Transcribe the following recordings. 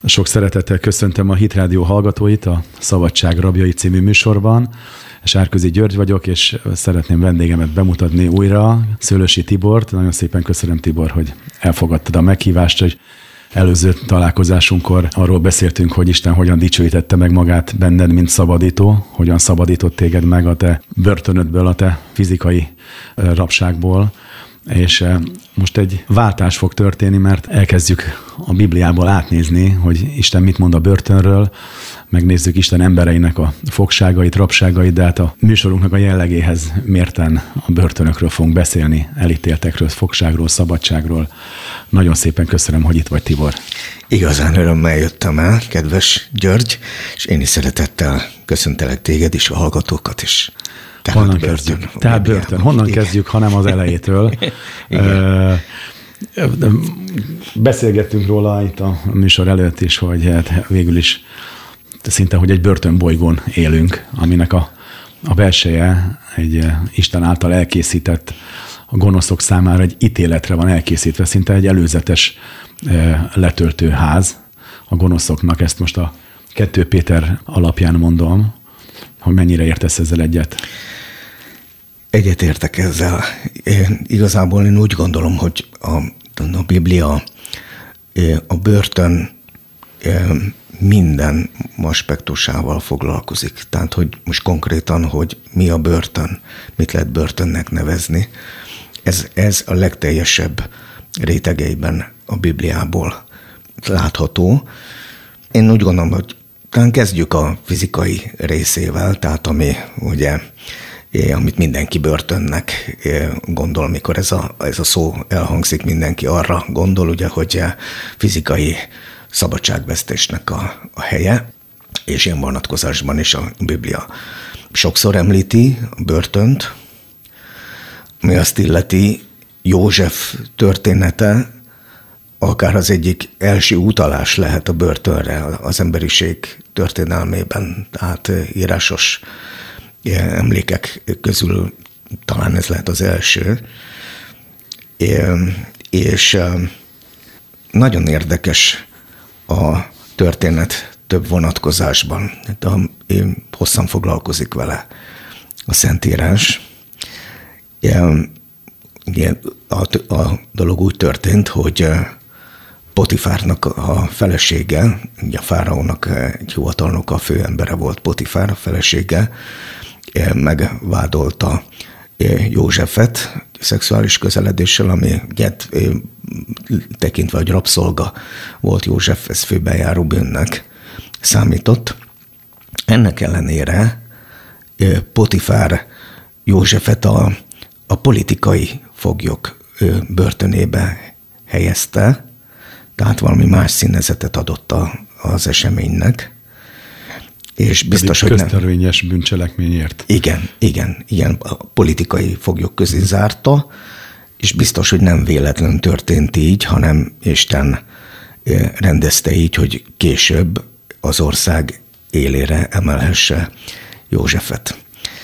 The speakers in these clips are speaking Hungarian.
Sok szeretettel köszöntöm a Hit Rádió hallgatóit a Szabadság rabjai című műsorban. Sárközi György vagyok, és szeretném vendégemet bemutatni újra, Szőlősi Tibort. Nagyon szépen köszönöm, Tibor, hogy elfogadtad a meghívást, hogy előző találkozásunkkor arról beszéltünk, hogy Isten hogyan dicsőítette meg magát benned, mint szabadító, hogyan szabadított téged meg a te börtönödből, a te fizikai rabságból. És most egy váltás fog történni, mert elkezdjük a Bibliából átnézni, hogy Isten mit mond a börtönről, megnézzük Isten embereinek a fogságait, rabságait, de hát a műsorunknak a jellegéhez mérten a börtönökről fogunk beszélni, elítéltekről, fogságról, szabadságról. Nagyon szépen köszönöm, hogy itt vagy, Tibor. Igazán örömmel jöttem el, kedves György, és én is szeretettel köszöntelek téged is, a hallgatókat is. Honnan kezdjük? Tehát börtön. Honnan kezdjük, hanem az elejétől. Beszélgettünk róla itt a műsor előtt is, hogy hát végül is szinte, hogy egy börtönbolygón élünk, aminek a belseje egy Isten által elkészített, a gonoszok számára egy ítéletre van elkészítve, szinte egy előzetes letöltőház a gonoszoknak. Ezt most a 2 Péter alapján mondom, hogy mennyire értesz ezzel egyet? Egyet értek ezzel. Igazából én úgy gondolom, hogy a Biblia a börtön minden aspektusával foglalkozik. Tehát, hogy most konkrétan, hogy mi a börtön, mit lehet börtönnek nevezni, ez a legteljesebb rétegeiben a Bibliából látható. Én úgy gondolom, hogy talán kezdjük a fizikai részével, tehát ami ugye, amit mindenki börtönnek gondol, mikor ez a szó elhangzik, mindenki arra gondol, ugye, hogy fizikai szabadságvesztésnek a helye, és ilyen vonatkozásban is a Biblia sokszor említi a börtönt, ami azt illeti József története, akár az egyik első utalás lehet a börtönre az emberiség történelmében, tehát írásos emlékek közül talán ez lehet az első. És nagyon érdekes a történet több vonatkozásban. Hosszan foglalkozik vele a Szentírás. A dolog úgy történt, hogy Potifárnak a felesége, ugye a fáraónak egy hivatalnok, a főembere volt Potifár, a felesége, megvádolta Józsefet szexuális közeledéssel, ami tekintve, hogy rabszolga volt József, ez főbejáró bűnnek számított. Ennek ellenére Potifár Józsefet a politikai foglyok börtönébe helyezte, tehát valami más színezetet adott az eseménynek. És biztos, hogy köztörvényes bűncselekményért. Igen, a politikai foglyok közé zárta, és biztos, hogy nem véletlen történt így, hanem Isten rendezte így, hogy később az ország élére emelhesse Józsefet.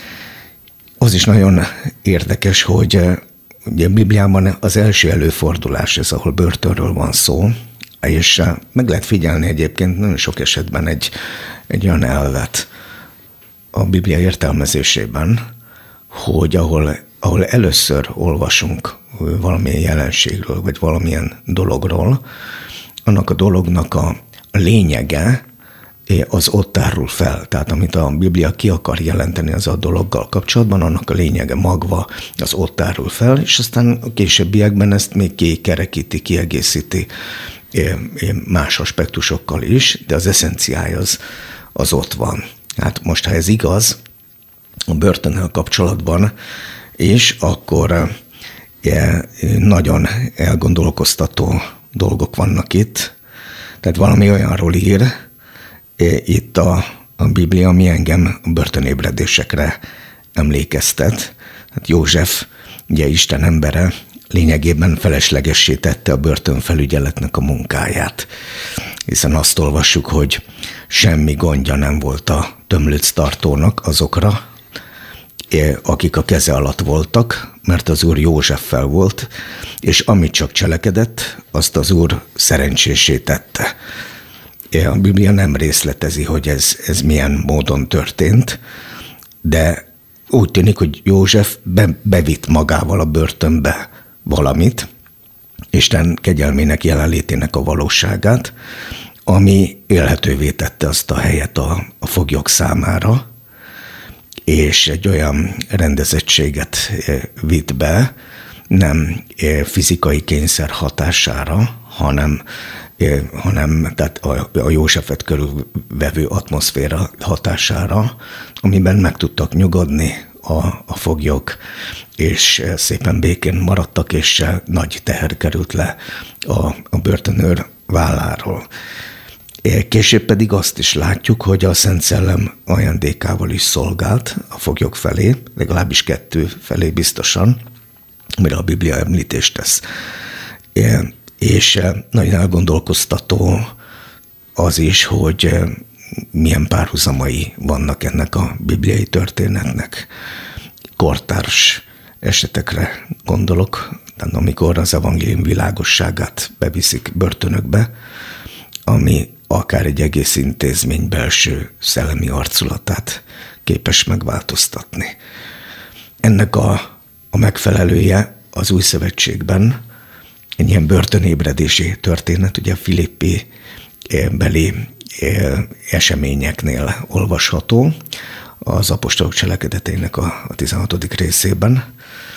Az is nagyon érdekes, hogy ugye a Bibliában az első előfordulás ez, ahol börtönről van szó, és meg lehet figyelni egyébként nagyon sok esetben egy olyan elvet a Biblia értelmezésében, hogy ahol először olvasunk valamilyen jelenségről, vagy valamilyen dologról, annak a dolognak a lényege az ott árul fel. Tehát amit a Biblia ki akar jelenteni az a dologgal kapcsolatban, annak a lényege magva az ott árul fel, és aztán a későbbiekben ezt még kikerekíti, kiegészíti más aspektusokkal is, de az eszenciája az ott van. Hát most, ha ez igaz a börtönnel kapcsolatban, és akkor nagyon elgondolkoztató dolgok vannak itt. Tehát valami olyanról ír itt a Biblia, ami engem a börtönébredésekre emlékeztet. Hát József, ugye Isten embere, lényegében feleslegessé tette a börtönfelügyeletnek a munkáját. Hiszen azt olvassuk, hogy semmi gondja nem volt a tömlöctartónak azokra, akik a keze alatt voltak, mert az Úr Józseffel volt, és amit csak cselekedett, azt az Úr szerencsésé tette. A Biblia nem részletezi, hogy ez milyen módon történt, de úgy tűnik, hogy József bevitt magával a börtönbe valamit, Isten kegyelmének jelenlétének a valóságát, ami élhetővé tette azt a helyet a foglyok számára, és egy olyan rendezettséget vitt be, nem fizikai kényszer hatására, hanem tehát a Józsefet körülvevő atmoszféra hatására, amiben meg tudtak nyugodni a foglyok, és szépen békén maradtak, és nagy teher került le a börtönőr válláról. Később pedig azt is látjuk, hogy a Szent Szellem ajándékával is szolgált a foglyok felé, legalábbis 2 felé biztosan, amire a Biblia említést tesz. És nagyon elgondolkoztató az is, hogy milyen párhuzamai vannak ennek a bibliai történetnek. Kortárs esetekre gondolok, amikor az evangélium világosságát beviszik börtönökbe, ami akár egy egész intézmény belső szellemi arculatát képes megváltoztatni. Ennek a megfelelője az Új Szövetségben egy ilyen börtönébredési történet, ugye a Filippi beli eseményeknél olvasható, az apostolok cselekedeteinek a 16. részében,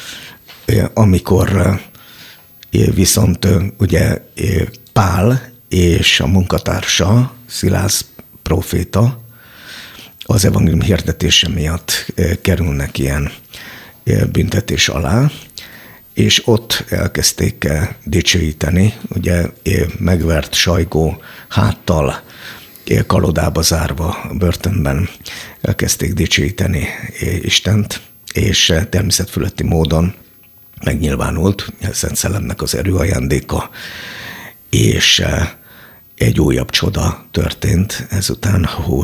amikor viszont ugye Pál és a munkatársa, Szilász próféta az evangélium hirdetése miatt kerülnek ilyen büntetés alá, és ott elkezdték dicsőíteni, ugye megvert sajgó háttal, kalodába zárva a börtönben elkezdték dicsőíteni Istent, és természetfölötti módon megnyilvánult a Szent Szellemnek az erőajándéka, és egy újabb csoda történt ezután,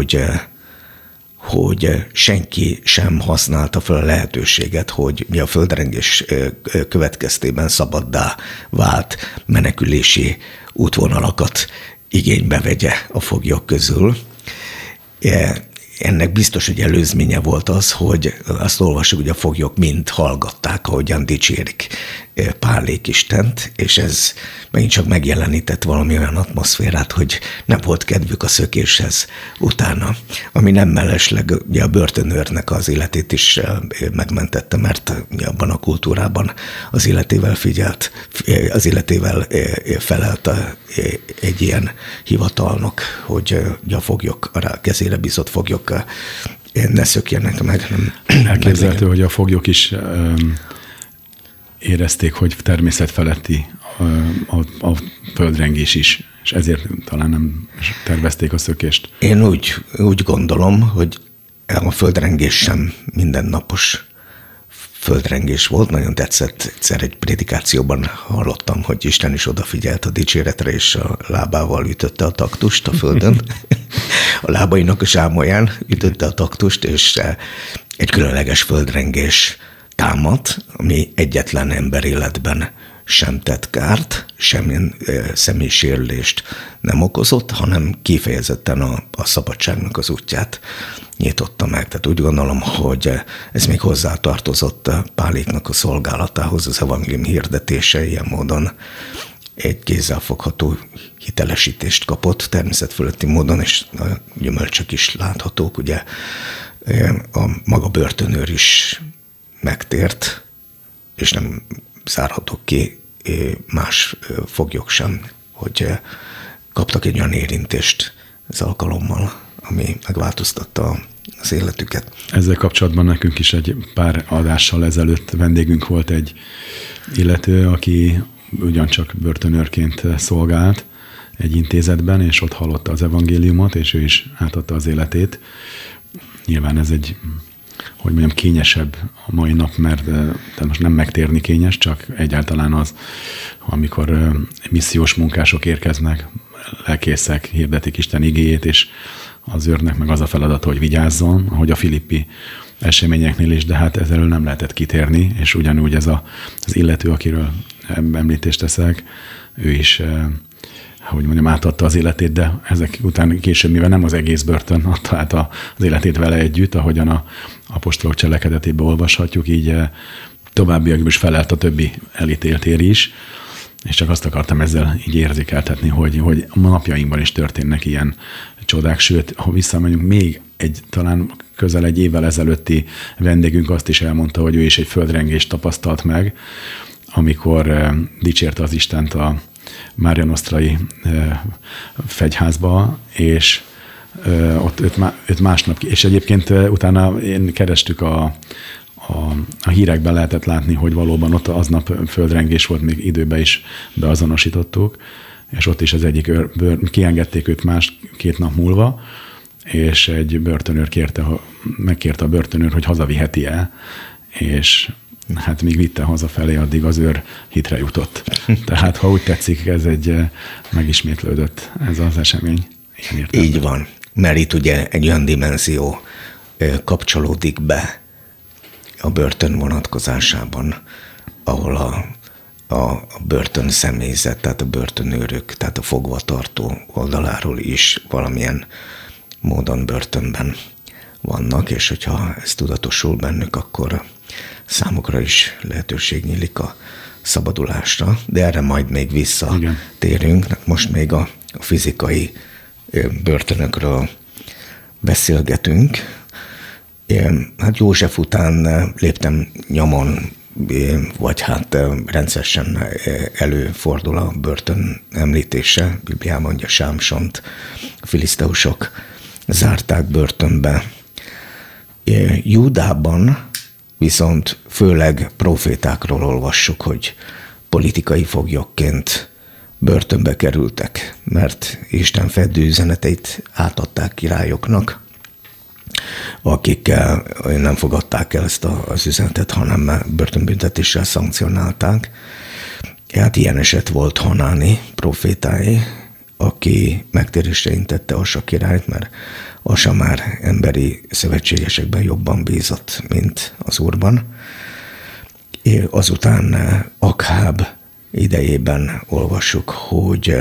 hogy senki sem használta fel a lehetőséget, hogy mi a földrengés következtében szabaddá vált menekülési útvonalakat igénybe vegye a foglyok közül. Ennek biztos, hogy előzménye volt az, hogy azt olvassuk, hogy a foglyok mind hallgatták, ahogyan dicsérik Pálék Istent, és ez megint csak megjelenített valami olyan atmoszférát, hogy nem volt kedvük a szökéshez utána, ami nem mellesleg ugye a börtönőrnek az életét is megmentette, mert abban a kultúrában az életével felelt egy ilyen hivatalnok, hogy a foglyok, a kezére bízott foglyok ne szökjenek meg. Elképzelhető, hogy a foglyok is érezték, hogy természetfeletti a földrengés is, és ezért talán nem tervezték a szökést. Én úgy gondolom, hogy a földrengés sem mindennapos földrengés volt. Nagyon tetszett, egyszer egy prédikációban hallottam, hogy Isten is odafigyelt a dicséretre, és a lábával ütötte a taktust a földön. A lábainak a sámolyán ütötte a taktust, és egy különleges földrengés támadt, ami egyetlen ember életben sem tett kárt, semmilyen személysérülést nem okozott, hanem kifejezetten a szabadságnak az útját nyitotta meg. Tehát úgy gondolom, hogy ez még hozzátartozott Páléknak a szolgálatához, az evangélium hirdetése ilyen módon egy kézzelfogható hitelesítést kapott, természetfölötti módon, és a gyümölcsök is láthatók, ugye a maga börtönőr is megtért, és nem zárhatok ki más foglyok sem, hogy kaptak egy olyan érintést az alkalommal, ami megváltoztatta az életüket. Ezzel kapcsolatban nekünk is egy pár adással ezelőtt vendégünk volt egy illető, aki ugyancsak börtönőrként szolgált egy intézetben, és ott hallotta az evangéliumot, és ő is átadta az életét. Nyilván ez egy, hogy mondjam, kényesebb a mai nap, mert most nem megtérni kényes, csak egyáltalán az, amikor missziós munkások érkeznek, lelkészek, hirdetik Isten igéjét, és az őrnek meg az a feladata, hogy vigyázzon, ahogy a filippi eseményeknél is, de hát ezzel nem lehetett kitérni, és ugyanúgy ez az illető, akiről említést teszek, ő is hogy mondjam, átadta az életét, de ezek után később, mivel nem az egész börtön adta át az életét vele együtt, ahogyan a apostolok cselekedetében olvashatjuk, így továbbiakban is felelt a többi elítéltér is, és csak azt akartam ezzel így érzékeltetni, hogy a napjainkban is történnek ilyen csodák, sőt, ha visszamegyünk még talán közel egy évvel ezelőtti vendégünk azt is elmondta, hogy ő is egy földrengést tapasztalt meg, amikor dicsérte az Istent a Mária Nostrai fegyházba, és ott őt másnap, és egyébként utána kerestük a hírekben lehetett látni, hogy valóban ott aznap földrengés volt, még időben is beazonosítottuk, és ott is az egyik kiengedték őt 2 nap múlva, és egy börtönőr megkérte a börtönőr, hogy hazaviheti el, és hát még vitte hazafelé, addig az őr hitre jutott. Tehát, ha úgy tetszik, ez megismétlődött ez az esemény. Így van, mert itt ugye egy olyan dimenzió kapcsolódik be a börtön vonatkozásában, ahol a börtön személyzet, tehát a börtönőrök, tehát a fogvatartó oldaláról is valamilyen módon börtönben vannak, és hogyha ez tudatosul bennük, akkor számukra is lehetőség nyílik a szabadulásra, de erre majd még visszatérünk. Most még a fizikai börtönökről beszélgetünk. Hát József után léptem nyomon, vagy hát rendszeresen előfordul a börtön említése. Bibliában mondja, Sámsont a filiszteusok zárták börtönbe. Júdában viszont főleg profétákról olvassuk, hogy politikai foglyokként börtönbe kerültek, mert Isten fedő üzeneteit átadták királyoknak, akik nem fogadták el ezt az üzenetet, hanem börtönbüntetéssel szankcionálták. Hát ilyen eset volt Hanáni profétáé, aki megtérésre intette Asa királyt, mert Asa már emberi szövetségesekben jobban bízott, mint az Úrban. Azután Akháb idejében olvassuk, hogy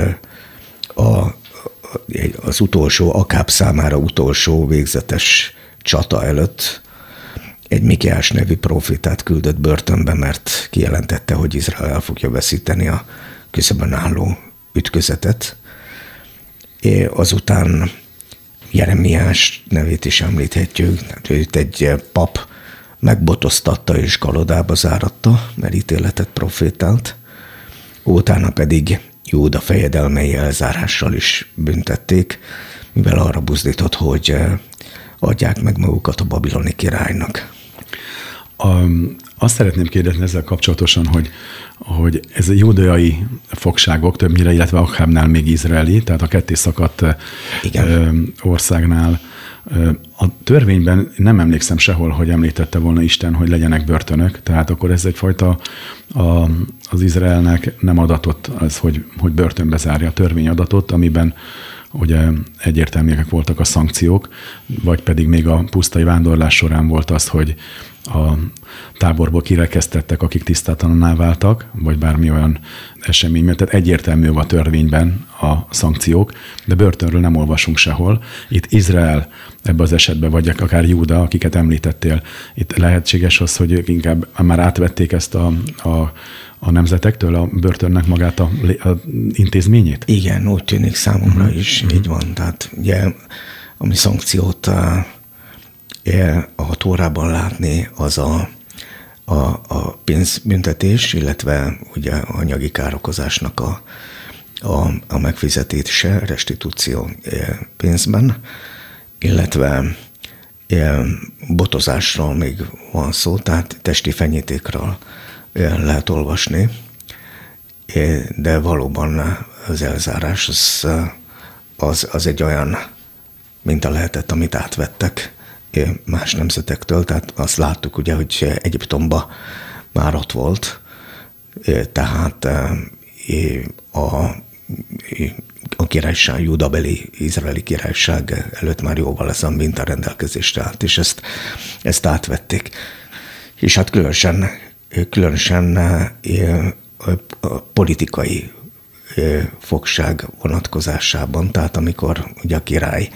az utolsó, Akháb számára utolsó végzetes csata előtt egy Mikiás nevű profétát küldött börtönbe, mert kijelentette, hogy Izrael el fogja veszíteni a küszöbön álló ütközetet. Azután Jeremiás nevét is említhetjük, őt egy pap megbotoztatta és kalodába záratta, mert ítéletet profétált. Utána pedig Júda fejedelmei elzárással is büntették, mivel arra buzdított, hogy adják meg magukat a babiloni királynak. Azt szeretném kérdezni ezzel kapcsolatosan, hogy ez a júdeai fogságok többnyire, illetve Akhábnál még izraeli, tehát a ketté szakadt országnál. A törvényben nem emlékszem sehol, hogy említette volna Isten, hogy legyenek börtönök, tehát akkor ez egyfajta az Izraelnek nem adatott az, hogy börtönbe zárja, a törvény adatot, amiben ugye egyértelműek voltak a szankciók, vagy pedig még a pusztai vándorlás során volt az, hogy a táborból kirekesztettek, akik tisztátalanná váltak, vagy bármi olyan esemény, mert tehát egyértelmű a törvényben a szankciók, de börtönről nem olvasunk sehol. Itt Izrael ebben az esetben, vagy akár Júda, akiket említettél, itt lehetséges az, hogy inkább már átvették ezt a nemzetektől, a börtönnek magát a intézményét? Igen, úgy tűnik számomra is, így van. Tehát ugye, ami szankciót a Tórában látni, az a pénzbüntetés, illetve ugye anyagi károkozásnak a megfizetése, restitúció pénzben, illetve botozásról még van szó, tehát testi fenyítékről lehet olvasni, de valóban az elzárás az egy olyan minta lehetett, amit átvettek más nemzetektől, tehát azt láttuk ugye, hogy Egyiptomban már ott volt, tehát a királyság, júdabeli izraeli királyság előtt már jóval ez a minta rendelkezésre állt, és ezt átvették. És hát különösen a politikai fogság vonatkozásában, tehát amikor ugye a király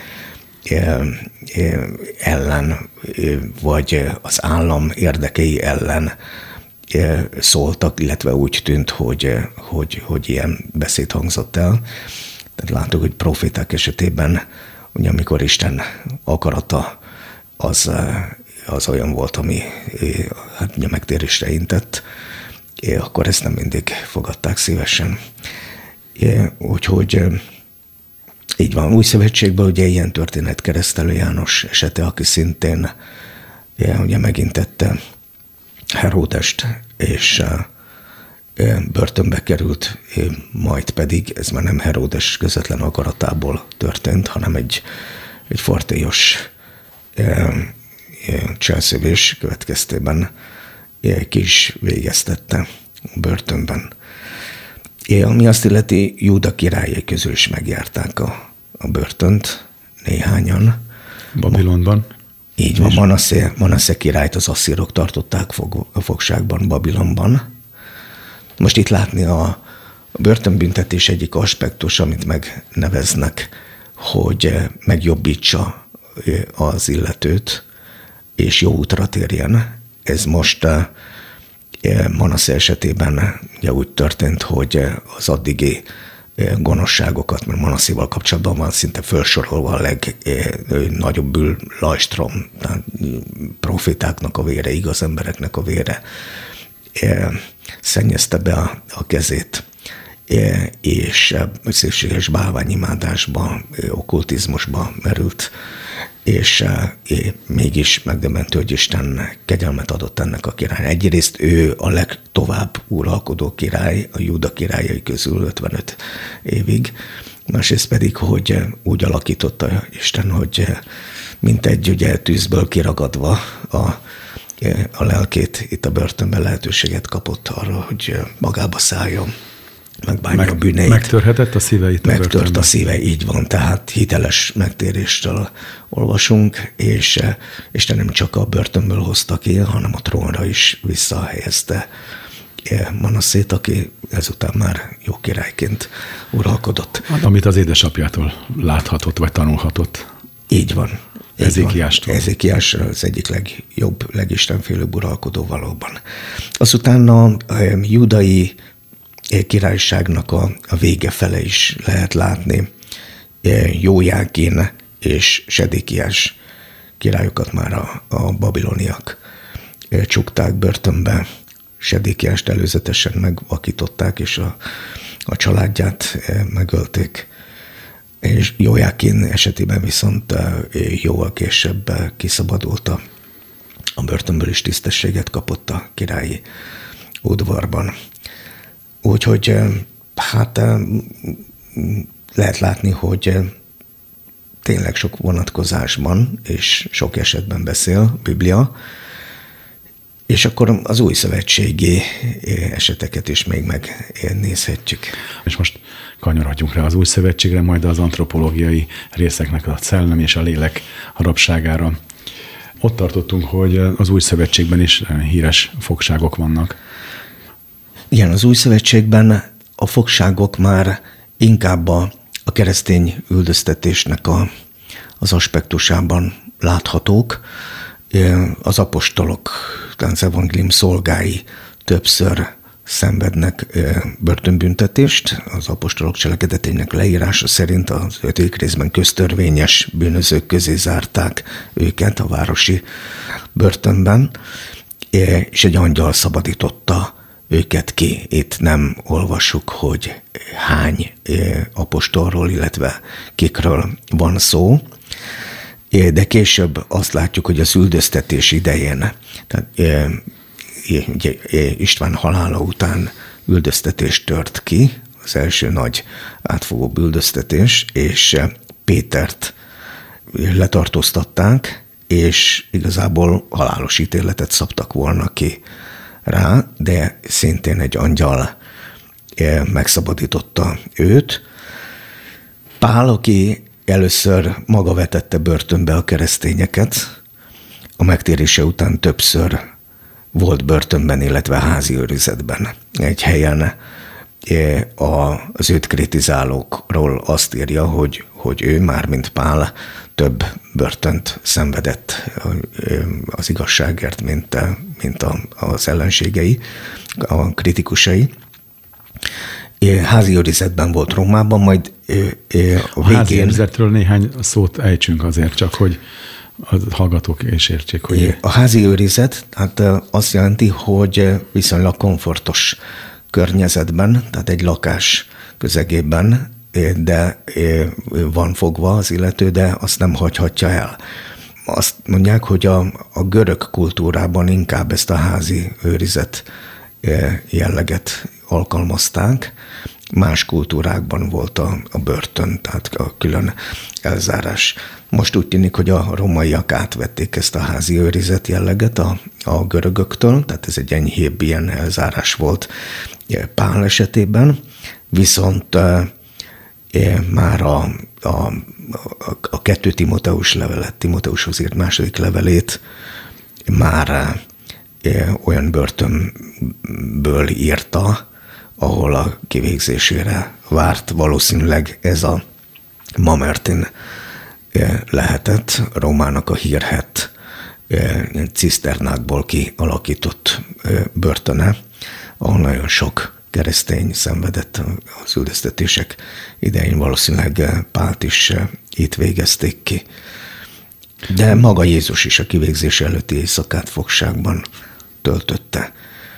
ellen, vagy az állam érdekei ellen szóltak, illetve úgy tűnt, hogy ilyen beszéd hangzott el. Tehát láttuk, hogy proféták esetében, ugye amikor Isten akarata az olyan volt, ami hát ugye megtérésre intett, akkor ezt nem mindig fogadták szívesen. Úgyhogy így van. Új Szövetségben ugye ilyen történet Keresztelő János esete, aki szintén ugye megintette Heródest, és börtönbe került, majd pedig ez már nem Heródes közvetlen akaratából történt, hanem egy fortélyos cselszövés következtében ki is végeztette börtönben. Ami azt illeti, Júda királyai közül is megjárták a börtönt, néhányan. Babilonban. Így van, Manasszé királyt az asszírok tartották fogságban, Babilonban. Most itt látni a börtönbüntetés egyik aspektus, amit megneveznek, hogy megjobbítsa az illetőt, és jó útra térjen. Ez most Manasszé esetében ugye úgy történt, hogy az addigi gonoszságokat, mert Manasszéval kapcsolatban van szinte felsorolva a legnagyobb bűn, lajstrom, profétáknak a vére, igaz embereknek a vére szennyezte be a kezét, és szükséges bálványimádásba, okkultizmusba merült, és mégis megdöbbentő, hogy Isten kegyelmet adott ennek a király. Egyrészt ő a legtovább uralkodó király, a Júda királyai közül 55 évig, másrészt pedig, hogy úgy alakította Isten, hogy mint egy ugye tűzből kiragadva a lelkét itt a börtönben lehetőséget kapott arra, hogy magába szálljon, megbánja a bűneit. Megtörhetett a szíveit a Megtört börtönben. a szíve, így van, tehát hiteles megtérésről olvasunk, és Isten nem csak a börtönből hozta ki, hanem a trónra is visszahelyezte Manasszét, aki ezután már jó királyként uralkodott. Amit az édesapjától láthatott, vagy tanulhatott. Így van. Ezékiástól. Ezékiás az egyik legjobb, legistenfélőbb uralkodó valóban. Azután a júdai királyságnak a vége fele is lehet látni. Jójákin és Sedékiás királyokat már a babiloniak csukták börtönbe. Sedékiást előzetesen megvakították, és a családját megölték. És Jójákin esetében viszont jóval később kiszabadult a börtönből, is tisztességet kapott a királyi udvarban. Úgyhogy hát lehet látni, hogy tényleg sok vonatkozásban és sok esetben beszél a Biblia, és akkor az új szövetségi eseteket is még megnézhetjük. És most kanyarodjunk rá az új szövetségre, majd az antropológiai részeknek a szellem és a lélek harapságára. Ott tartottunk, hogy az új szövetségben is híres fogságok vannak. Igen, az új szövetségben a fogságok már inkább a keresztény üldöztetésnek az aspektusában láthatók. Az apostolok, az evangélium szolgái többször szenvednek börtönbüntetést. Az apostolok cselekedetének leírása szerint az 5. részben köztörvényes bűnözők közé zárták őket a városi börtönben, és egy angyal szabadította őket ki. Itt nem olvassuk, hogy hány apostolról, illetve kikről van szó, de később azt látjuk, hogy az üldöztetés idején, tehát István halála után üldöztetés tört ki, az első nagy átfogó üldöztetés, és Pétert letartóztatták, és igazából halálos ítéletet szabtak volna ki rá, de szintén egy angyal megszabadította őt. Pál, aki először maga vetette börtönbe a keresztényeket, a megtérése után többször volt börtönben, illetve házi őrizetben. Egy helyen az őt kritizálókról azt írja, hogy ő már, mint Pál, több börtönt szenvedett az igazságért, mint az ellenségei, a kritikusai. Házi őrizetben volt Rómában, majd a házi őrizetről néhány szót ejtsünk azért, csak hogy a hallgatók is értsék, hogy... A házi őrizet hát azt jelenti, hogy viszonylag komfortos környezetben, tehát egy lakás közegében, de van fogva az illető, de azt nem hagyhatja el. Azt mondják, hogy a görög kultúrában inkább ezt a házi őrizet jelleget alkalmazták, más kultúrákban volt a börtön, tehát a külön elzárás. Most úgy tűnik, hogy a rómaiak átvették ezt a házi őrizet jelleget a görögöktől, tehát ez egy enyhébb ilyen elzárás volt Pál esetében, viszont már a 2 Timóteus levelet, Timóteushoz írt második levelét már olyan börtönből írta, ahol a kivégzésére várt. Valószínűleg ez a Mamertin lehetett, Rómának a hírhedt ciszternákból kialakított börtöne, ahol nagyon sok keresztény szenvedett az üldöztetések idején, valószínűleg Pált is itt végezték ki. De maga Jézus is a kivégzés előtti éjszakát fogságban töltötte.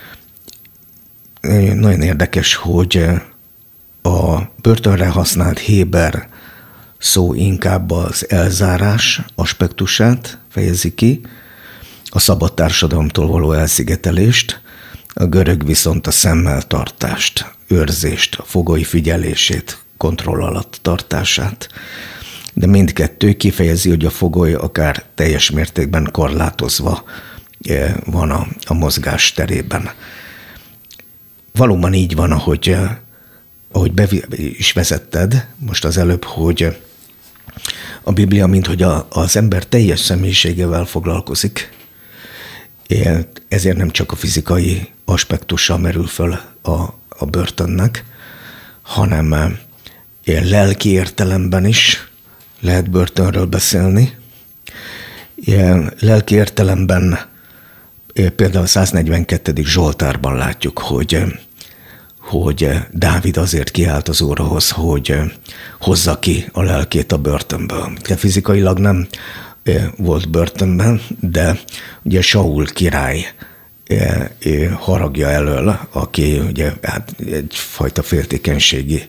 Nagyon érdekes, hogy a börtönre használt héber szó inkább az elzárás aspektusát fejezi ki, a szabad társadalomtól való elszigetelést, a görög viszont a szemmel tartást, őrzést, a fogoly figyelését, kontroll alatt tartását. De mindkettő kifejezi, hogy a fogoly akár teljes mértékben korlátozva van a mozgás terében. Valóban így van, ahogy be is vezetted most az előbb, hogy a Biblia, minthogy az ember teljes személyiségével foglalkozik, ezért nem csak a fizikai aspektussal merül föl a börtönnek, hanem lelki értelemben is lehet börtönről beszélni. Lelki értelemben például a 142. Zsoltárban látjuk, hogy Dávid azért kiállt az Úrhoz, hogy hozza ki a lelkét a börtönből. De fizikailag nem volt börtönben, de ugye Saul király haragja elől, aki ugye hát egyfajta féltékenységi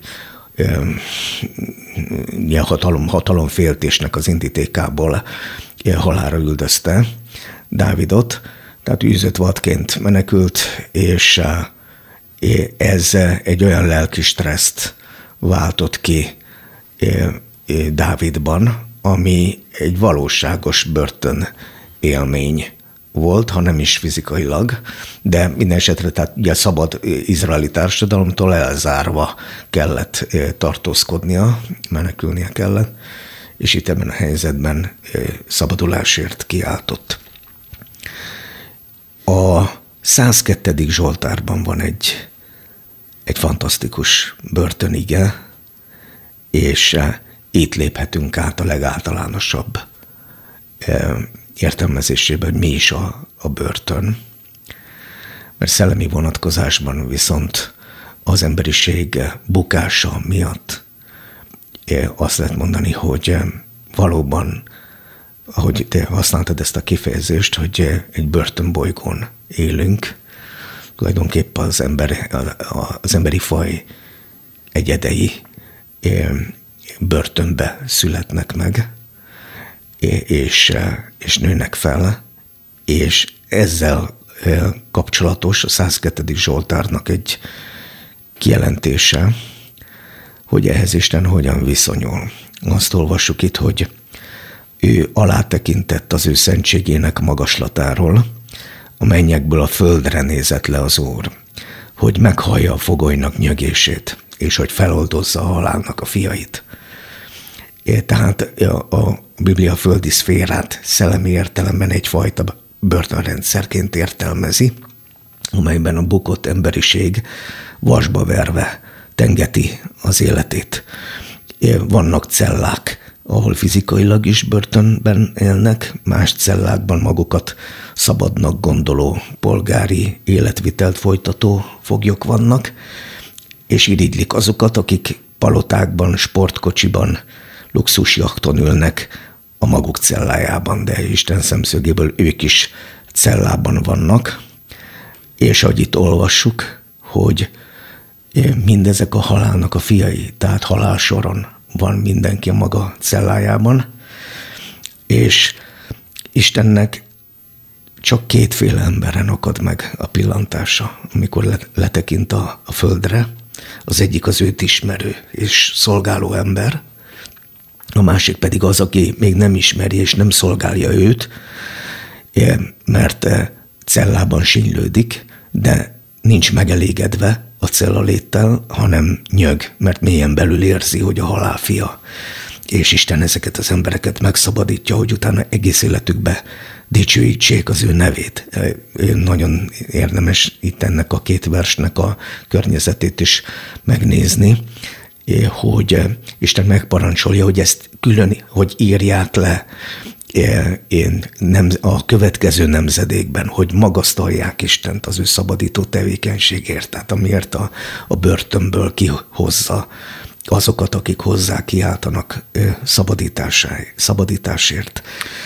hatalomféltésnek az indítékából halálra üldözte Dávidot, tehát űzött vadként menekült, és ez egy olyan lelki stresszt váltott ki Dávidban, ami egy valóságos börtön élmény volt, ha nem is fizikailag, de minden esetre tehát ugye szabad izraeli társadalomtól elzárva kellett tartózkodnia, menekülnie kellett, és itt ebben a helyzetben szabadulásért kiáltott. A 102. Zsoltárban van egy fantasztikus börtönige, és itt léphetünk át a legáltalánosabb értelmezésébe, hogy mi is a börtön. Mert szellemi vonatkozásban viszont az emberiség bukása miatt azt lehet mondani, hogy valóban, ahogy te használtad ezt a kifejezést, hogy egy börtönbolygón élünk, tulajdonképpen az emberi faj egyedei börtönbe születnek meg, és nőnek fel, és ezzel kapcsolatos a 102. Zsoltárnak egy kijelentése, hogy ehhez Isten hogyan viszonyul. Azt olvassuk itt, hogy ő alátekintett az ő szentségének magaslatáról, a mennyekből a földre nézett le az Úr, hogy meghallja a fogolynak nyögését, és hogy feloldozza a halálnak a fiait. Tehát a Biblia földi szférát szellemi értelemben egyfajta börtönrendszerként értelmezi, amelyben a bukott emberiség vasba verve tengeti az életét. Vannak cellák, ahol fizikailag is börtönben élnek, más cellákban magukat szabadnak gondoló, polgári életvitelt folytató foglyok vannak, és irigylik azokat, akik palotákban, sportkocsiban, luxusjachton ülnek a maguk cellájában, de Isten szemszögéből ők is cellában vannak, és ahogy itt olvassuk, hogy mindezek a halálnak a fiai, tehát halálsoron van mindenki a maga cellájában, és Istennek csak kétféle emberen akad meg a pillantása, amikor letekint a földre. Az egyik az őt ismerő és szolgáló ember, a másik pedig az, aki még nem ismeri és nem szolgálja őt, mert cellában sinylődik, de nincs megelégedve a cellaléttel, hanem nyög, mert mélyen belül érzi, hogy a halál fia. És Isten ezeket az embereket megszabadítja, hogy utána egész életükbe dicsőítsék az ő nevét. Nagyon érdemes itt ennek a két versnek a környezetét is megnézni, hogy Isten megparancsolja, hogy ezt külön, hogy írják le a következő nemzedékben, hogy magasztalják Istent az ő szabadító tevékenységért, tehát amiért a börtönből kihozza azokat, akik hozzá kiáltanak szabadításért.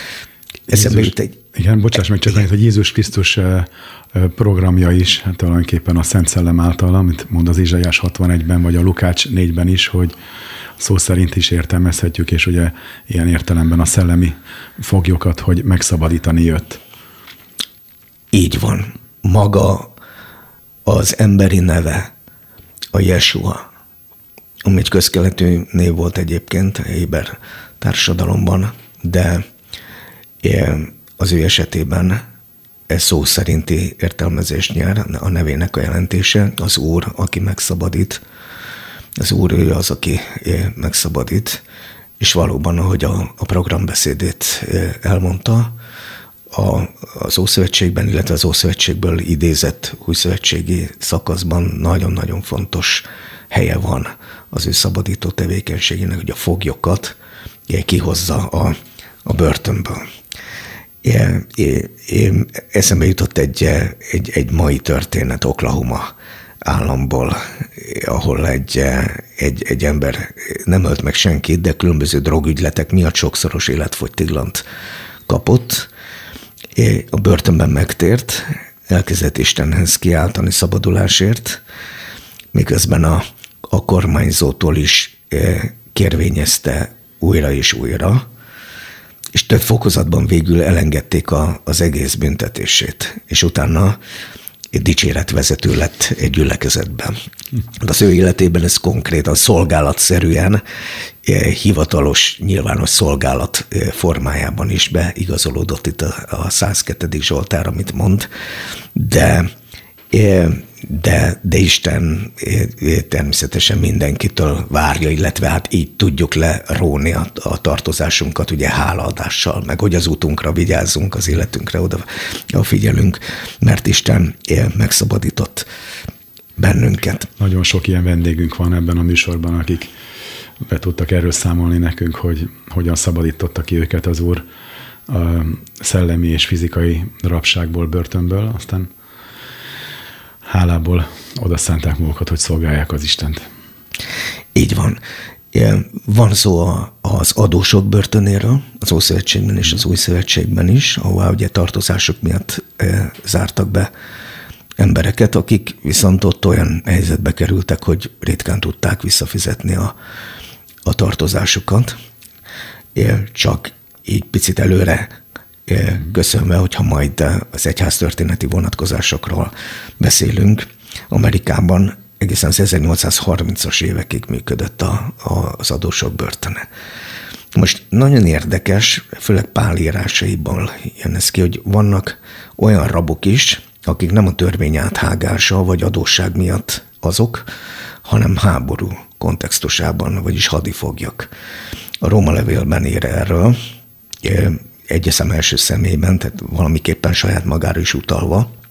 Igen, bocsáss meg csak annyit, hogy Jézus Krisztus programja is, hát tulajdonképpen a Szent Szellem által, amit mond az Izsaiás 61-ben, vagy a Lukács 4-ben is, hogy szó szerint is értelmezhetjük, és ugye ilyen értelemben a szellemi foglyokat, hogy megszabadítani jött. Így van. Maga az emberi neve, a Jesua, ami egy közkeletű név volt egyébként a héber társadalomban, de az ő esetében ez szó szerinti értelmezést nyer, a nevének a jelentése, az Úr, aki megszabadít. Az Úr, ő az, aki megszabadít, és valóban, ahogy a programbeszédét elmondta, az Ószövetségben, illetve az Ószövetségből idézett újszövetségi szakaszban nagyon-nagyon fontos helye van az ő szabadító tevékenységének, hogy a foglyokat kihozza a börtönből. Eszembe jutott egy mai történet Oklahoma államból, ahol egy ember nem ölt meg senkit, de különböző drogügyletek miatt sokszoros életfogytiglant kapott. A börtönben megtért, elkezdett Istenhez kiáltani szabadulásért, miközben a kormányzótól is kérvényezte újra és újra, és több fokozatban végül elengedték az egész büntetését, és utána egy dicséretvezető lett egy gyülekezetben. De az ő életében ez konkrétan szolgálatszerűen, hivatalos, nyilvános szolgálat formájában is beigazolódott itt a 102. Zsoltár, amit mond, de Isten természetesen mindenkitől várja, illetve hát így tudjuk leróni a tartozásunkat, ugye hálaadással, meg hogy az útunkra vigyázzunk, az életünkre oda figyelünk, mert Isten megszabadított bennünket. Nagyon sok ilyen vendégünk van ebben a műsorban, akik be tudtak erről számolni nekünk, hogy hogyan szabadította ki őket az Úr a szellemi és fizikai rabságból, börtönből, aztán hálából oda szánták magukat, hogy szolgálják az Istent. Így van. Van szó az adósok börtönéről, az Ószövetségben és az Újszövetségben is, ahová ugye tartozások miatt zártak be embereket, akik viszont ott olyan helyzetbe kerültek, hogy ritkán tudták visszafizetni a tartozásukat. Csak így picit előre köszönve, hogyha majd az egyháztörténeti vonatkozásokról beszélünk. Amerikában egészen az 1830-as évekig működött az adósok börtöne. Most nagyon érdekes, főleg Pál írásaiból jön ez ki, hogy vannak olyan rabok is, akik nem a törvény áthágása vagy adósság miatt azok, hanem háború kontextusában, vagyis hadifoglyok. A Róma levélben ír erről, egy eszem első személyben, tehát valamiképpen saját magára is utalva,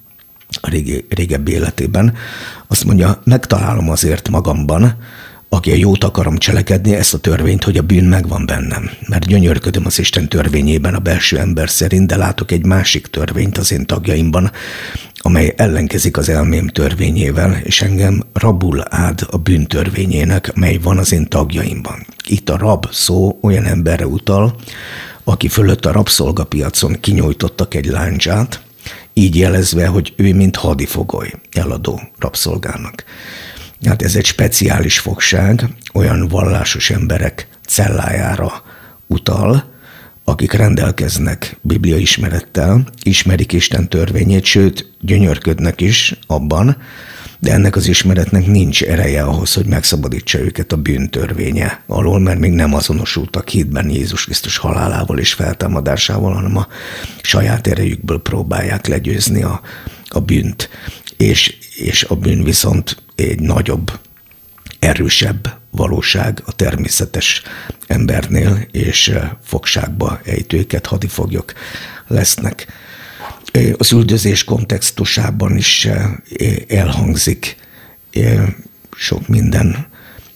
a régebbi életében. Azt mondja, megtalálom azért magamban, aki a jót akarom cselekedni, ezt a törvényt, hogy a bűn megvan bennem. Mert gyönyörködöm az Isten törvényében a belső ember szerint, de látok egy másik törvényt az én tagjaimban, amely ellenkezik az elmém törvényével, és engem rabul ád a bűn törvényének, mely van az én tagjaimban. Itt a rab szó olyan emberre utal, aki fölött a rabszolgapiacon kinyújtottak egy láncsát, így jelezve, hogy ő mint hadifogoly eladó rabszolgának. Hát ez egy speciális fogság, olyan vallásos emberek cellájára utal, akik rendelkeznek Biblia ismerettel, ismerik Isten törvényét, sőt, gyönyörködnek is abban, de ennek az ismeretnek nincs ereje ahhoz, hogy megszabadítsa őket a bűn törvénye alól, mert még nem azonosultak hitben Jézus Krisztus halálával és feltámadásával, hanem a saját erejükből próbálják legyőzni a bűnt. És a bűn viszont egy nagyobb, erősebb valóság a természetes embernél, és fogságba ejtőket, hadifoglyok lesznek. Az üldözés kontextusában is elhangzik sok minden,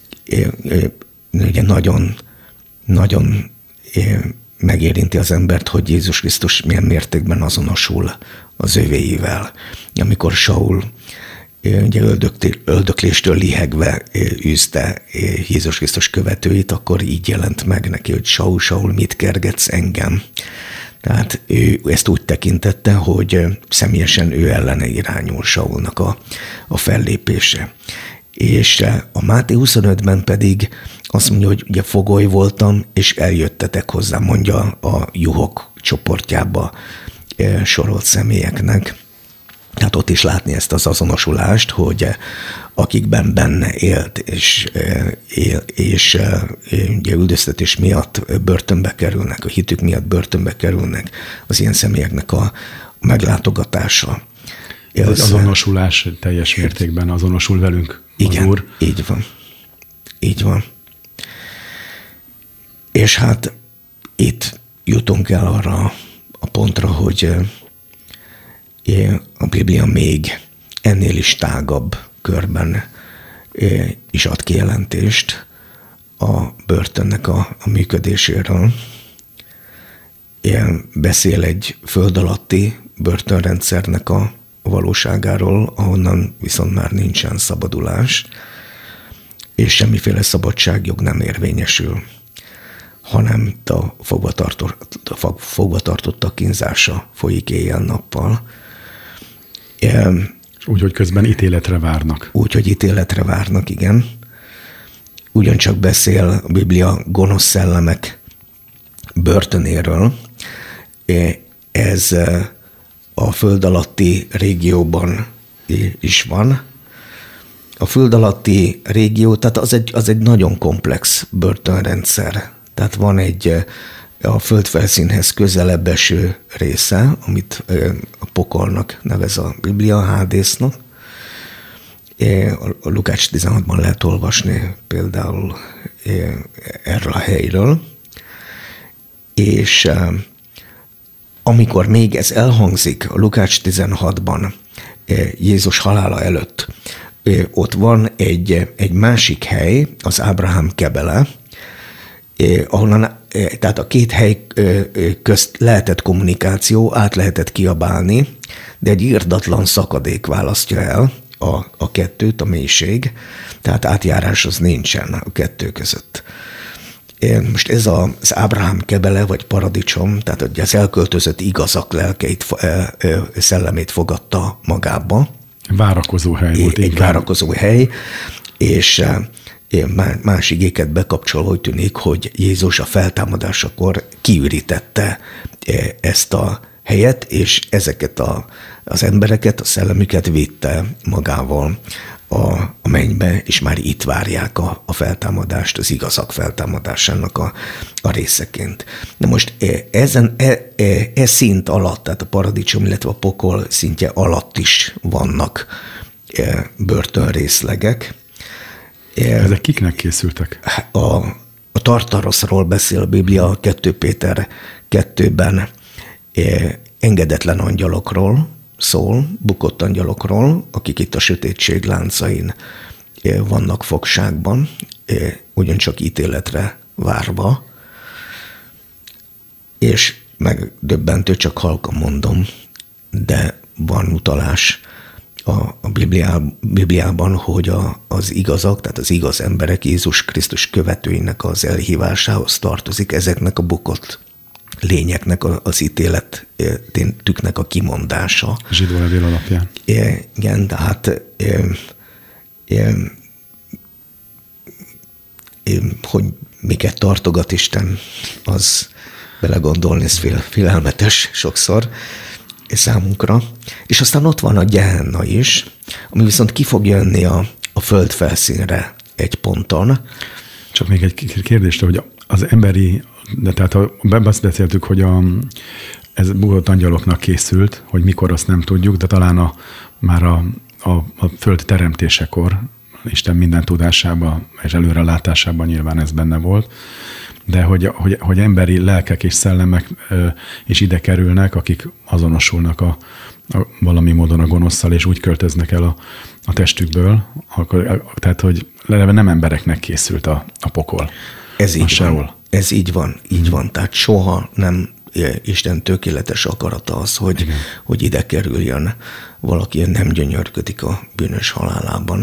ugye nagyon megérinti az embert, hogy Jézus Krisztus milyen mértékben azonosul az övéivel. Amikor Saul ugye öldökléstől lihegve űzte Jézus Krisztus követőit, akkor így jelent meg neki, hogy Saul, Saul, mit kergetsz engem? Tehát ő ezt úgy tekintette, hogy személyesen ő ellene irányul Saulnak a fellépése. És a Máté 25-ben pedig azt mondja, hogy ugye fogoly voltam, és eljöttetek hozzá, mondja a juhok csoportjába sorolt személyeknek. Tehát ott is látni ezt az azonosulást, hogy akikben benne élt, és ugye üldöztetés miatt börtönbe kerülnek, a hitük miatt börtönbe kerülnek, az ilyen személyeknek a meglátogatása. Ez egy azonosulás teljes mértékben azonosul velünk, igen, az Úr. Így van. Így van. És hát itt jutunk el arra a pontra, hogy a Biblia még ennél is tágabb körben is ad kijelentést a börtönnek a működéséről. Beszél egy föld alatti börtönrendszernek a valóságáról, ahonnan viszont már nincsen szabadulás, és semmiféle szabadságjog nem érvényesül, hanem a fogvatartottak kínzása folyik éjjel-nappal. Úgy, hogy közben ítéletre várnak. Úgy, hogy ítéletre várnak, igen. Ugyancsak beszél a Biblia gonosz szellemek börtönéről. Ez a föld alatti régióban is van. A föld alatti régió, tehát az egy nagyon komplex börtönrendszer. Tehát van egy a földfelszínhez közelebb eső része, amit a pokolnak nevez a Biblia, Hádésznak. A Lukács 16-ban lehet olvasni például erről a helyről. És amikor még ez elhangzik a Lukács 16-ban, Jézus halála előtt, ott van egy másik hely, az Ábrahám kebele, ahonnan, tehát a két hely közt lehetett kommunikáció, át lehetett kiabálni, de egy irdatlan szakadék választja el a kettőt, a mélység, tehát átjárás az nincsen a kettő között. Most ez az Ábrahám kebele, vagy paradicsom, tehát az elköltözött igazak lelkeit, szellemét fogadta magába. Várakozó hely volt. Egy várakozó hely, és más igéket bekapcsolva úgy tűnik, hogy Jézus a feltámadásakor kiürítette ezt a helyet, és ezeket az embereket, a szellemüket vitte magával a mennybe, és már itt várják a feltámadást, az igazak feltámadásának a részeként. De most ez szint alatt, tehát a paradicsom, illetve a pokol szintje alatt is vannak börtönrészlegek. Ezek kiknek készültek? A Tartaroszról beszél a Biblia 2 Péter 2-ben, engedetlen angyalokról, szól, bukott angyalokról, akik itt a sötétség láncain vannak fogságban, ugyancsak ítéletre várva, és megdöbbentő, csak halkan mondom, de van utalás a Bibliában, hogy az igazak, tehát az igaz emberek Jézus Krisztus követőinek az elhívásához tartozik ezeknek a bukott lényeknek az ítéletüknek a kimondása. Zsidó levél alapján. Igen, tehát hogy miket tartogat Isten, az belegondolni, ez félelmetes sokszor számunkra. És aztán ott van a Gehenna is, ami viszont ki fog jönni a föld felszínre egy ponton. Csak még egy kérdést, hogy az emberi, de tehát azt beszéltük, hogy ez bukott angyaloknak készült, hogy mikor, azt nem tudjuk, de talán már a föld teremtésekor, Isten minden tudásában és előrelátásában nyilván ez benne volt, de hogy emberi lelkek és szellemek is ide kerülnek, akik azonosulnak valami módon a gonoszszal, és úgy költöznek el a testükből, tehát hogy nem embereknek készült a pokol. Ez így van. Ez így van. Tehát soha nem Isten tökéletes akarata az, hogy ide kerüljön valaki, nem gyönyörködik a bűnös halálában,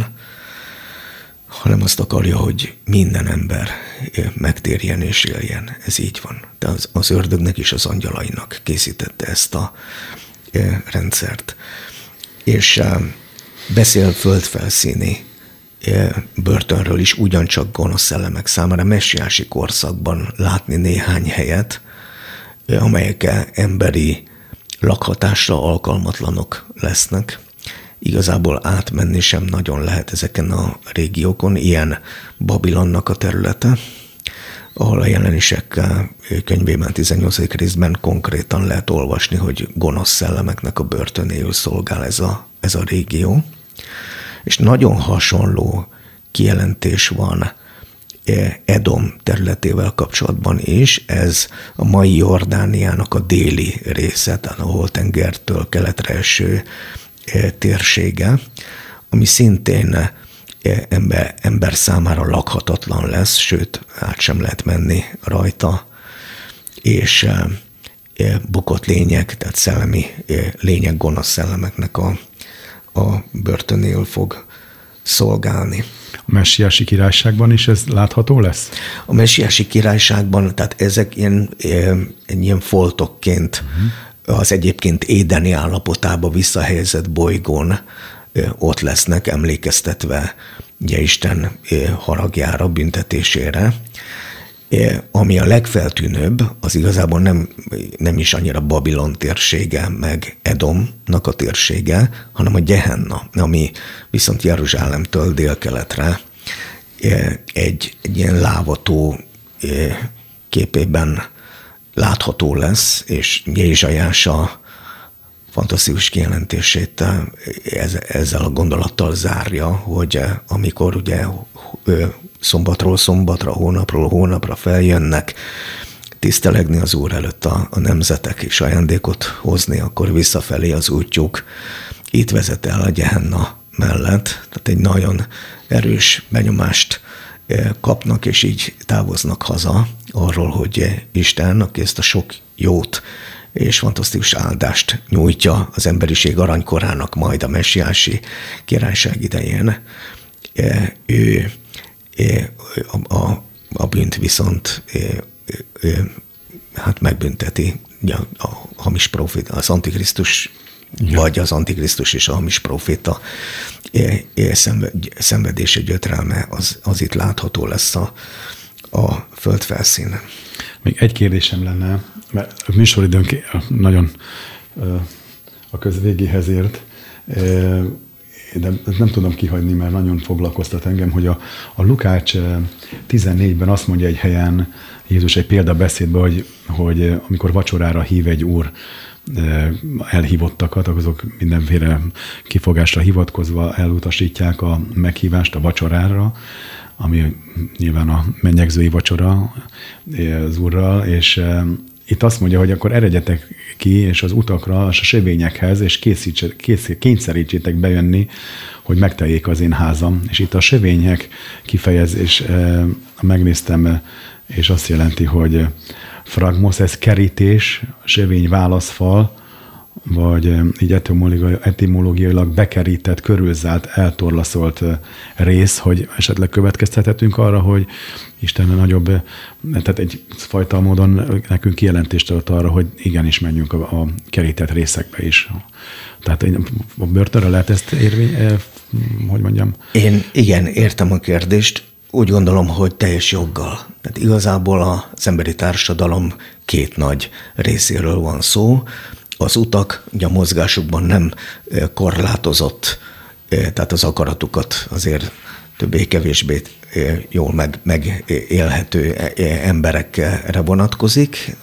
hanem azt akarja, hogy minden ember megtérjen és éljen. Ez így van. De az ördögnek és az angyalainak készítette ezt a rendszert. És beszél földfelszíni börtönről is ugyancsak gonosz szellemek számára messiási korszakban látni néhány helyet, amelyek emberi lakhatásra alkalmatlanok lesznek. Igazából átmenni sem nagyon lehet ezeken a régiókon, ilyen Babilonnak a területe, ahol a Jelenések könyvében 18. részben konkrétan lehet olvasni, hogy gonosz szellemeknek a börtönéül szolgál ez a régió. És nagyon hasonló kijelentés van Edom területével kapcsolatban is, ez a mai Jordániának a déli része, tehát a Holtengertől keletre eső térsége, ami szintén ember számára lakhatatlan lesz, sőt, át sem lehet menni rajta, és bukott lények, tehát szellemi lények, gonosz szellemeknek a börtönéül fog szolgálni. A messiási királyságban is ez látható lesz? A messiási királyságban, tehát ezek ilyen foltokként az egyébként édeni állapotába visszahelyezett bolygón ott lesznek, emlékeztetve ugye Isten haragjára, büntetésére. Ami a legfeltűnőbb, az igazából nem is annyira Babilon térsége, meg Edomnak a térsége, hanem a Gehenna, ami viszont Jeruzsálemtől délkeletre egy ilyen lávató képében látható lesz, és Jézsajás a fantasztikus kijelentését ezzel a gondolattal zárja, hogy amikor ugye szombatról szombatra, hónapról hónapra feljönnek tisztelegni az Úr előtt a nemzetek és ajándékot hozni, akkor visszafelé az útjuk itt vezet el a Gehenna mellett. Tehát egy nagyon erős benyomást kapnak, és így távoznak haza arról, hogy Isten, aki ezt a sok jót és fantasztikus áldást nyújtja az emberiség aranykorának majd a messiási királyság idején, ő a bűnt viszont hát megbünteti a hamis proféta, az antikrisztus, vagy az antikrisztus és a hamis proféta szenvedése, gyötrelme, az itt látható lesz a föld felszínen. Még egy kérdésem lenne, mert a műsoridőnk nagyon a közvégéhez ért, de nem tudom kihagyni, mert nagyon foglalkoztat engem, hogy a Lukács 14-ben azt mondja egy helyen Jézus egy példabeszédben, hogy amikor vacsorára hív egy úr elhívottakat, azok mindenféle kifogásra hivatkozva elutasítják a meghívást a vacsorára, ami nyilván a mennyegzői vacsora az úrral, itt azt mondja, hogy akkor eredjetek ki, és az utakra, és a sövényekhez, és kényszerítsétek bejönni, hogy megteljék az én házam. És itt a sövények kifejezés, megnéztem, és azt jelenti, hogy fragmos, ez kerítés, sövény válaszfal, vagy így etimológiailag bekerített, körülzárt, eltorlaszolt rész, hogy esetleg következtethetünk arra, hogy Isten nagyobb, tehát egyfajta módon nekünk kijelentést adott arra, hogy igenis menjünk a kerített részekbe is. Tehát a börtönre lehet ezt hogy mondjam? Én igen, értem a kérdést. Úgy gondolom, hogy teljes joggal. Tehát igazából az emberi társadalom két nagy részéről van szó. Az utak ugye a mozgásukban nem korlátozott, tehát az akaratukat azért többé-kevésbé jól megélhető emberekre vonatkozik,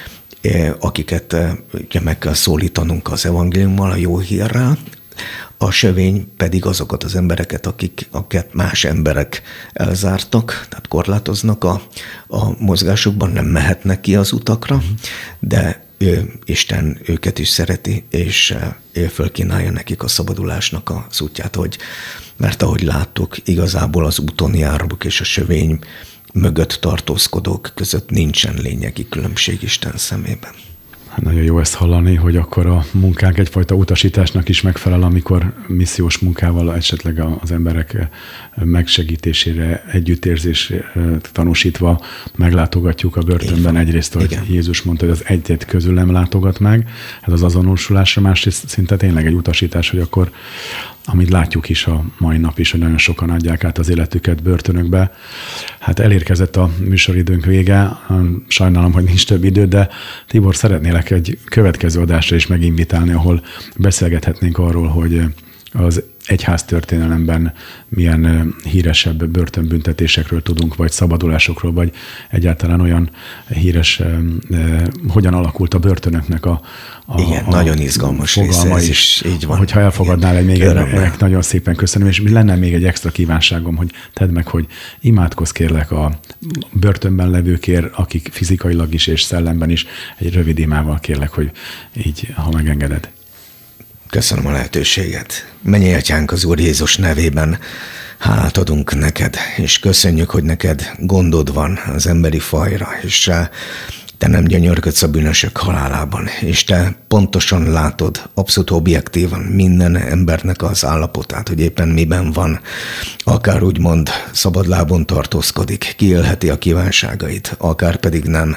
akiket ugye meg kell szólítanunk az evangéliummal, a jó hírrel. A sövény pedig azokat az embereket, akiket más emberek elzártak, tehát korlátoznak a mozgásukban, nem mehetnek ki az utakra, de Isten őket is szereti, és fölkínálja nekik a szabadulásnak az útját, mert ahogy láttuk, igazából az úton járók és a sövény mögött tartózkodók között nincsen lényegi különbség Isten szemében. Nagyon jó ezt hallani, hogy akkor a munkánk egyfajta utasításnak is megfelel, amikor missziós munkával esetleg az emberek megsegítésére, együttérzésre tanúsítva meglátogatjuk a börtönben. Egyrészt, hogy igen. Jézus mondta, hogy az egyet közül nem látogat meg, ez az azonosulásra, másrészt szinte tényleg egy utasítás, hogy akkor, amit látjuk is a mai nap is, hogy nagyon sokan adják át az életüket börtönökbe. Hát elérkezett a műsoridőnk vége, sajnálom, hogy nincs több idő, de Tibor, szeretnélek egy következő adásra is meginvitálni, ahol beszélgethetnénk arról, hogy az egyház történelemben milyen híresebb börtönbüntetésekről tudunk, vagy szabadulásokról, vagy egyáltalán olyan híres, hogyan alakult a börtönöknek igen, nagyon izgalmas fogalma része, is. Így van. Hogyha elfogadnál egy még nagyon szépen köszönöm, és lenne még egy extra kívánságom, hogy tedd meg, hogy imádkozz kérlek a börtönben levőkért, akik fizikailag is és szellemben is, egy rövid imával kérlek, hogy így, ha megengeded. Köszönöm a lehetőséget. Mennyei Atyánk, az Úr Jézus nevében hálát adunk neked, és köszönjük, hogy neked gondod van az emberi fajra, és te nem gyönyörködsz a bűnösök halálában, és te pontosan látod, abszolút objektívan minden embernek az állapotát, hogy éppen miben van, akár úgymond szabadlábon tartózkodik, kiélheti a kívánságait, akár pedig nem,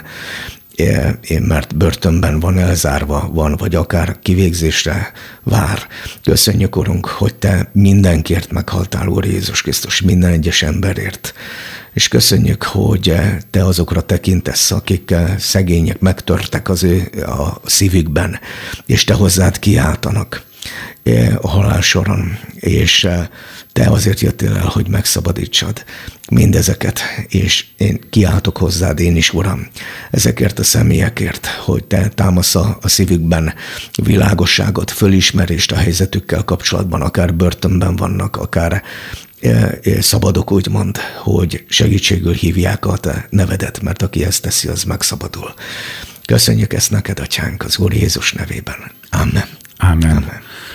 mert börtönben van, elzárva van, vagy akár kivégzésre vár. Köszönjük, Urunk, hogy te mindenkért meghaltál, Úr Jézus Krisztus, minden egyes emberért. És köszönjük, hogy te azokra tekintesz, akik szegények, megtörtek a szívükben, és te hozzád kiáltanak a halál soron, és te azért jöttél el, hogy megszabadítsad mindezeket, és én kiáltok hozzád én is, Uram, ezekért a személyekért, hogy te támasz a szívükben világosságot, fölismerést a helyzetükkel kapcsolatban, akár börtönben vannak, akár szabadok, úgymond, hogy segítségül hívják a te nevedet, mert aki ezt teszi, az megszabadul. Köszönjük ezt neked, Atyánk, az Úr Jézus nevében. Amen. Amen.